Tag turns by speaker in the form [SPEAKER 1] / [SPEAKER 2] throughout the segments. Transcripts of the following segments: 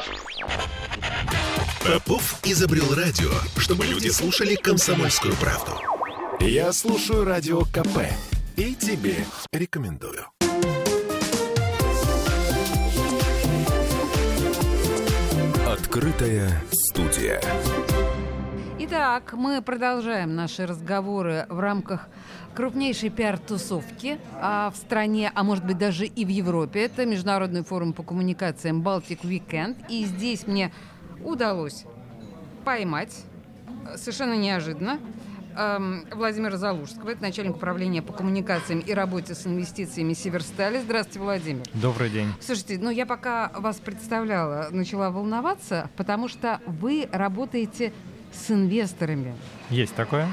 [SPEAKER 1] Попов изобрел радио, чтобы люди слушали «Комсомольскую правду». Я слушаю Радио КП и тебе рекомендую. Открытая студия.
[SPEAKER 2] Итак, мы продолжаем наши разговоры в рамках крупнейшей пиар-тусовки в стране, а может быть даже и в Европе. Это Международный форум по коммуникациям Baltic Weekend. И здесь мне удалось поймать совершенно неожиданно Владимира Залужского, это начальник управления по коммуникациям и работе с инвестициями Северстали. Здравствуйте, Владимир.
[SPEAKER 3] Добрый день.
[SPEAKER 2] Слушайте, я пока вас представляла, начала волноваться, потому что вы работаете с инвесторами.
[SPEAKER 3] Есть такое.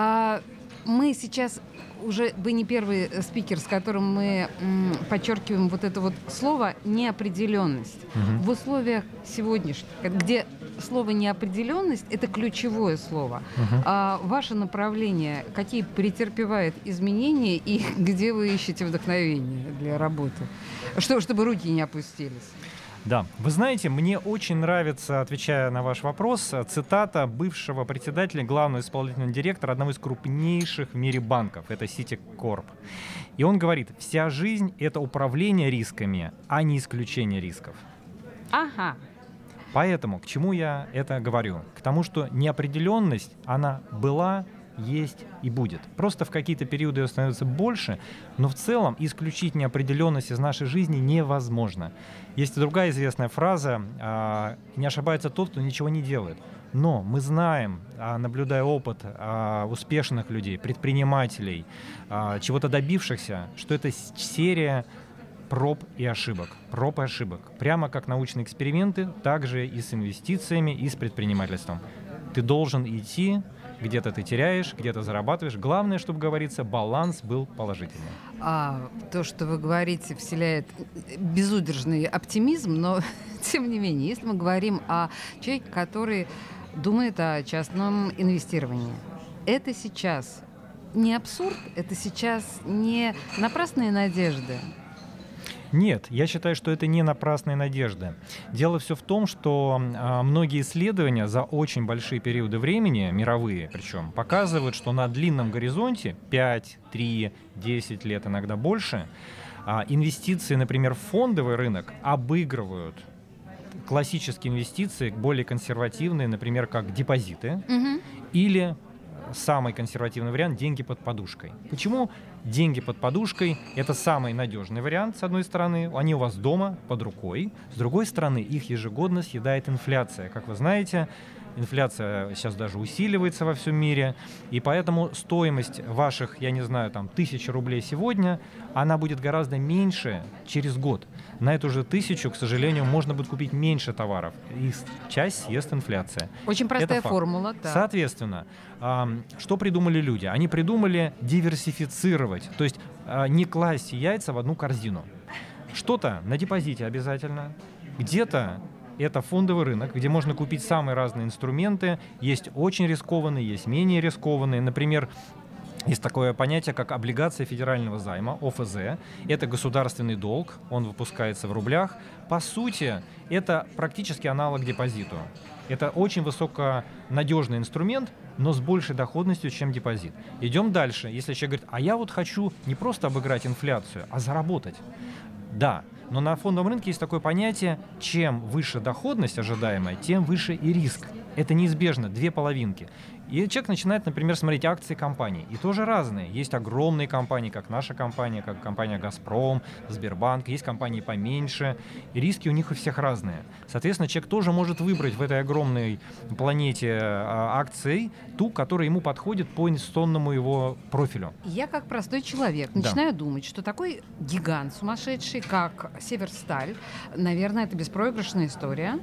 [SPEAKER 2] Мы сейчас уже, вы не первый спикер, с которым мы подчеркиваем вот это вот слово «неопределенность». В условиях сегодняшних, где слово «неопределенность» — это ключевое слово. Ваше направление какие претерпевает изменения и где вы ищете вдохновение для работы? Чтобы руки не опустились.
[SPEAKER 3] Да, вы знаете, мне очень нравится, отвечая на ваш вопрос, цитата бывшего председателя, главного исполнительного директора одного из крупнейших в мире банков, это Citicorp. И он говорит: вся жизнь — это управление рисками, а не исключение рисков.
[SPEAKER 2] Ага.
[SPEAKER 3] Поэтому к чему я это говорю? К тому, что неопределенность, она была, есть и будет. Просто в какие-то периоды ее становится больше, но в целом исключить неопределенность из нашей жизни невозможно. Есть и другая известная фраза: «Не ошибается тот, кто ничего не делает». Но мы знаем, наблюдая опыт успешных людей, предпринимателей, чего-то добившихся, что это серия проб и ошибок. Проб и ошибок. Прямо как научные эксперименты, так же и с инвестициями, и с предпринимательством. Ты должен идти, где-то ты теряешь, где-то зарабатываешь. Главное, чтобы, говорится, баланс был положительный.
[SPEAKER 2] То, что вы говорите, вселяет безудержный оптимизм, но, тем не менее, если мы говорим о человеке, который думает о частном инвестировании, это сейчас не абсурд, это сейчас не напрасные надежды.
[SPEAKER 3] Нет, я считаю, что это не напрасные надежды. Дело все в том, что многие исследования за очень большие периоды времени, мировые причем, показывают, что на длинном горизонте, 5, 3, 10 лет, иногда больше, инвестиции, например, в фондовый рынок обыгрывают классические инвестиции, более консервативные, например, как депозиты, или самый консервативный вариант — деньги под подушкой. Почему деньги под подушкой — это самый надежный вариант, с одной стороны, они у вас дома, под рукой, с другой стороны, их ежегодно съедает инфляция. Как вы знаете, инфляция сейчас даже усиливается во всем мире, и поэтому стоимость ваших, 1000 рублей сегодня, она будет гораздо меньше через год. На эту же 1000, к сожалению, можно будет купить меньше товаров, и часть съест инфляция.
[SPEAKER 2] Очень простая формула, да.
[SPEAKER 3] Соответственно, что придумали люди? Они придумали диверсифицировать, то есть не класть яйца в одну корзину. Что-то на депозите обязательно, где-то это фондовый рынок, где можно купить самые разные инструменты. Есть очень рискованные, есть менее рискованные. Например, есть такое понятие, как облигация федерального займа, ОФЗ. Это государственный долг, он выпускается в рублях. По сути, это практически аналог депозиту. Это очень высоконадежный инструмент, но с большей доходностью, чем депозит. Идем дальше. Если человек говорит: а я хочу не просто обыграть инфляцию, а заработать. Да, но на фондовом рынке есть такое понятие: чем выше доходность ожидаемая, тем выше и риск. Это неизбежно, две половинки. И человек начинает, например, смотреть акции компаний. И тоже разные. Есть огромные компании, как наша компания, как компания «Газпром», «Сбербанк». Есть компании поменьше. И риски у них у всех разные. Соответственно, человек тоже может выбрать в этой огромной планете акций ту, которая ему подходит по инвестиционному его профилю.
[SPEAKER 2] Я, как простой человек, начинаю думать, что такой гигант сумасшедший, как Северсталь, наверное, это беспроигрышная история.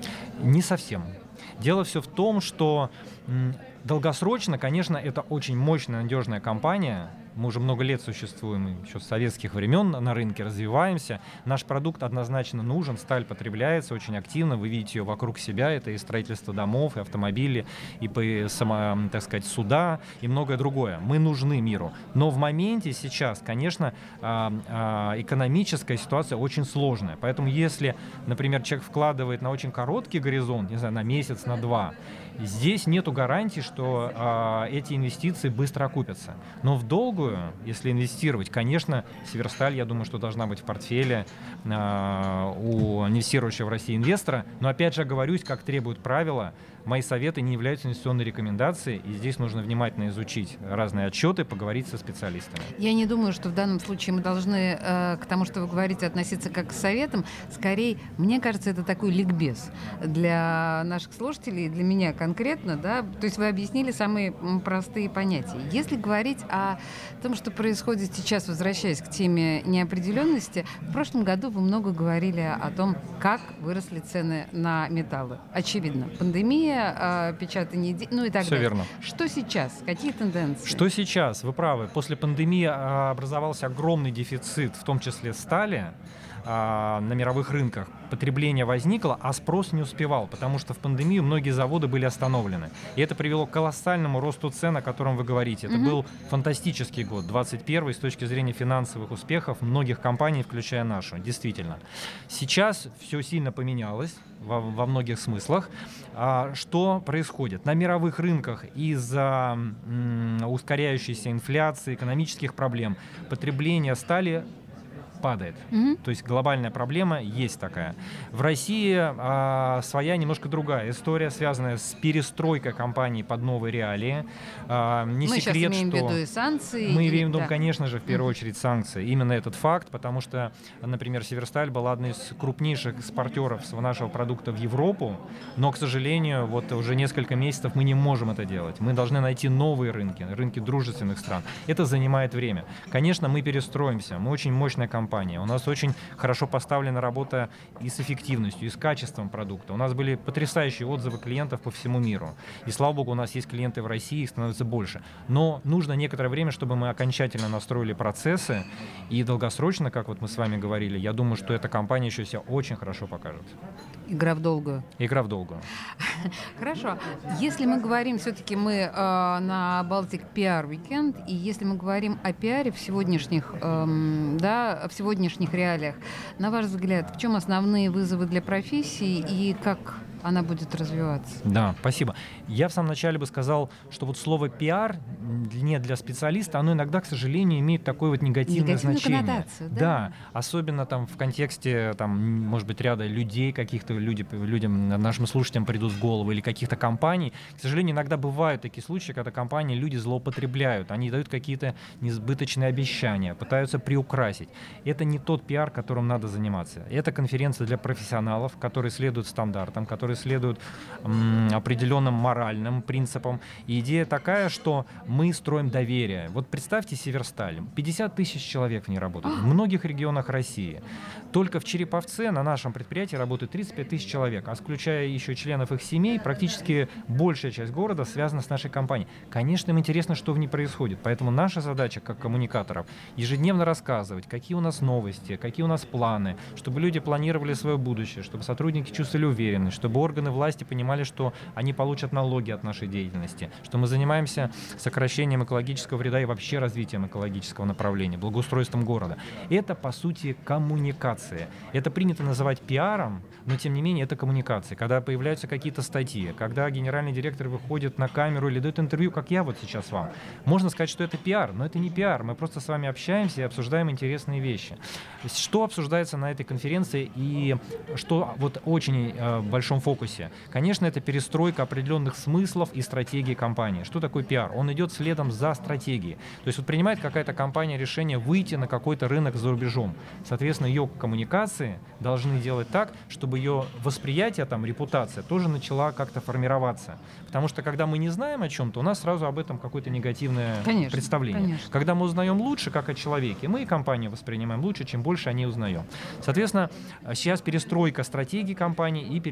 [SPEAKER 3] Не совсем. Дело все в том, что долгосрочно, конечно, это очень мощная, надежная компания, мы уже много лет существуем, еще с советских времен на рынке, развиваемся. Наш продукт однозначно нужен, сталь потребляется очень активно, вы видите ее вокруг себя, это и строительство домов, и автомобили, и так сказать, суда, и многое другое. Мы нужны миру. Но в моменте сейчас, конечно, экономическая ситуация очень сложная. Поэтому если, например, человек вкладывает на очень короткий горизонт, не знаю, на месяц, на 2, здесь нету гарантии, что эти инвестиции быстро окупятся. Но в долгую, если инвестировать, конечно, Северсталь, я думаю, что должна быть в портфеле у инвестирующего в Россию инвестора. Но опять же оговорюсь, как требуют правила, мои советы не являются инвестиционной рекомендацией, и здесь нужно внимательно изучить разные отчеты, поговорить со специалистами.
[SPEAKER 2] Я не думаю, что в данном случае мы должны к тому, что вы говорите, относиться как к советам. Скорее, мне кажется, это такой ликбез для наших слушателей, для меня конкретно. Да? То есть вы объяснили самые простые понятия. Если говорить о том, что происходит сейчас, возвращаясь к теме неопределенности, в прошлом году вы много говорили о том, как выросли цены на металлы. Очевидно, пандемия, печатание, ну и так
[SPEAKER 3] Все
[SPEAKER 2] далее.
[SPEAKER 3] верно.
[SPEAKER 2] Что сейчас? Какие тенденции?
[SPEAKER 3] Что сейчас? Вы правы. После пандемии образовался огромный дефицит, в том числе стали, на мировых рынках. Потребление возникло, а спрос не успевал, потому что в пандемию многие заводы были остановлены. И это привело к колоссальному росту цен, о котором вы говорите. Это был фантастический год, 21-й, с точки зрения финансовых успехов многих компаний, включая нашу. Действительно. Сейчас все сильно поменялось во многих смыслах. Что происходит? На мировых рынках из-за ускоряющейся инфляции, экономических проблем, потребление стали падает. То есть глобальная проблема есть такая. В России своя немножко другая история, связанная с перестройкой компаний под новые реалии. Не
[SPEAKER 2] мы
[SPEAKER 3] секрет,
[SPEAKER 2] сейчас имеем
[SPEAKER 3] что
[SPEAKER 2] в виду и санкции.
[SPEAKER 3] мы имеем в виду,
[SPEAKER 2] да.
[SPEAKER 3] конечно же, в первую очередь санкции. Именно этот факт, потому что, например, Северсталь была одной из крупнейших экспортеров нашего продукта в Европу, но, к сожалению, вот уже несколько месяцев мы не можем это делать. Мы должны найти новые рынки, рынки дружественных стран. Это занимает время. Конечно, мы перестроимся. Мы очень мощная компания. У нас очень хорошо поставлена работа и с эффективностью, и с качеством продукта. У нас были потрясающие отзывы клиентов по всему миру. И, слава богу, у нас есть клиенты в России, их становится больше. Но нужно некоторое время, чтобы мы окончательно настроили процессы. И долгосрочно, как вот мы с вами говорили, я думаю, что эта компания еще себя очень хорошо покажет.
[SPEAKER 2] Игра в долгую.
[SPEAKER 3] Игра в долгую.
[SPEAKER 2] Хорошо. Если мы говорим, все-таки мы на Baltic PR Weekend, и если мы говорим о пиаре в сегодняшних, в сегодняшних реалиях, на ваш взгляд, в чем основные вызовы для профессии и как она будет развиваться?
[SPEAKER 3] Да, спасибо. Я в самом начале бы сказал, что вот слово «пиар» не для специалиста, оно иногда, к сожалению, имеет такое вот негативное значение.
[SPEAKER 2] Коннотацию, да?
[SPEAKER 3] Да, особенно там в контексте, там, может быть, ряда людей, каких-то людям, нашим слушателям придут в голову, или каких-то компаний. К сожалению, иногда бывают такие случаи, когда компании люди злоупотребляют, они дают какие-то несбыточные обещания, пытаются приукрасить. Это не тот пиар, которым надо заниматься. Это конференция для профессионалов, которые следуют стандартам, которые следуют определенным моральным принципам. И идея такая, что мы строим доверие. Вот представьте Северсталь. 50 тысяч человек в ней работают. В многих регионах России. Только в Череповце на нашем предприятии работает 35 тысяч человек. А включая еще членов их семей, практически большая часть города связана с нашей компанией. Конечно, им интересно, что в ней происходит. Поэтому наша задача, как коммуникаторов, ежедневно рассказывать, какие у нас новости, какие у нас планы, чтобы люди планировали свое будущее, чтобы сотрудники чувствовали уверенность, чтобы органы власти понимали, что они получат налоги от нашей деятельности, что мы занимаемся сокращением экологического вреда и вообще развитием экологического направления, благоустройством города. Это, по сути, коммуникация. Это принято называть пиаром, но, тем не менее, это коммуникация. Когда появляются какие-то статьи, когда генеральный директор выходит на камеру или дает интервью, как я вот сейчас вам, можно сказать, что это пиар, но это не пиар. Мы просто с вами общаемся и обсуждаем интересные вещи. Что обсуждается на этой конференции и что вот очень в большом фокусе? Конечно, это перестройка определенных смыслов и стратегий компании. Что такое пиар? Он идет следом за стратегией. То есть вот принимает какая-то компания решение выйти на какой-то рынок за рубежом. Соответственно, ее коммуникации должны делать так, чтобы ее восприятие, там, репутация тоже начала как-то формироваться. Потому что когда мы не знаем о чем-то, у нас сразу об этом какое-то негативное представление. Конечно. Когда мы узнаем лучше, как о человеке, мы и компанию воспринимаем лучше, чем больше о ней узнаем. Соответственно, сейчас перестройка стратегии компании и перестройка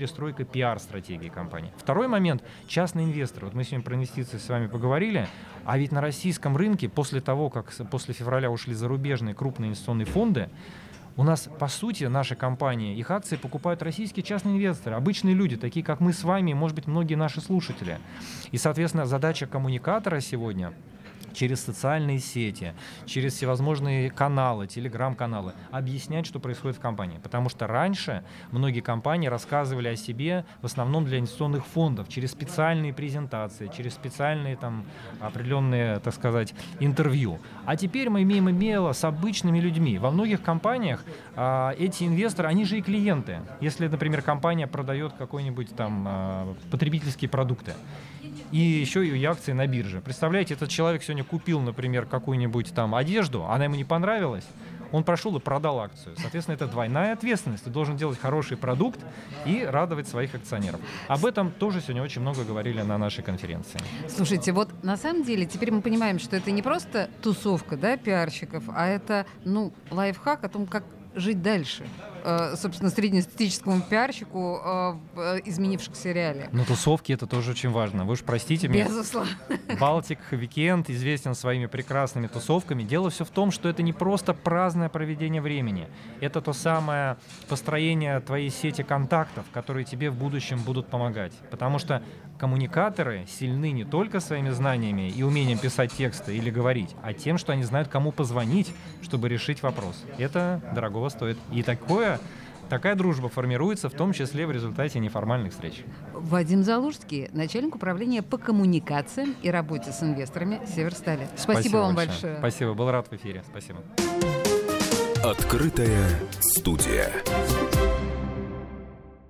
[SPEAKER 3] пиар-стратегии компании. Второй момент – частные инвесторы. Вот мы сегодня про инвестиции с вами поговорили, а ведь на российском рынке после того, как после февраля ушли зарубежные крупные инвестиционные фонды, у нас, по сути, наши компании, их акции покупают российские частные инвесторы, обычные люди, такие как мы с вами, может быть, многие наши слушатели. И, соответственно, задача коммуникатора сегодня через социальные сети, через всевозможные каналы, телеграм-каналы, объяснять, что происходит в компании. Потому что раньше многие компании рассказывали о себе в основном для инвестиционных фондов, через специальные презентации, через специальные там определенные, так сказать, интервью. А теперь мы имеем дело с обычными людьми. Во многих компаниях эти инвесторы, они же и клиенты. Если, например, компания продает какой-нибудь там потребительские продукты, и еще и акции на бирже. Представляете, этот человек сегодня купил, например, какую-нибудь там одежду, она ему не понравилась, он прошел и продал акцию. Соответственно, это двойная ответственность. Ты должен делать хороший продукт и радовать своих акционеров. Об этом тоже сегодня очень много говорили на нашей конференции.
[SPEAKER 2] Слушайте, вот на самом деле теперь мы понимаем, что это не просто тусовка, да, пиарщиков, а это, лайфхак о том, как жить дальше, собственно, среднестатистическому пиарщику в изменившихся реалиях.
[SPEAKER 3] Но тусовки — это тоже очень важно. Вы уж простите меня.
[SPEAKER 2] Безусловно.
[SPEAKER 3] Балтик Weekend известен своими прекрасными тусовками. Дело все в том, что это не просто праздное проведение времени. Это то самое построение твоей сети контактов, которые тебе в будущем будут помогать. Потому что коммуникаторы сильны не только своими знаниями и умением писать тексты или говорить, а тем, что они знают, кому позвонить, чтобы решить вопрос. Это дорогого стоит. И такая дружба формируется, в том числе в результате неформальных встреч.
[SPEAKER 2] Вадим Залужский, начальник управления по коммуникациям и работе с инвесторами Северстали. Спасибо вам большое.
[SPEAKER 3] Спасибо, был рад в эфире. Спасибо.
[SPEAKER 1] Открытая студия.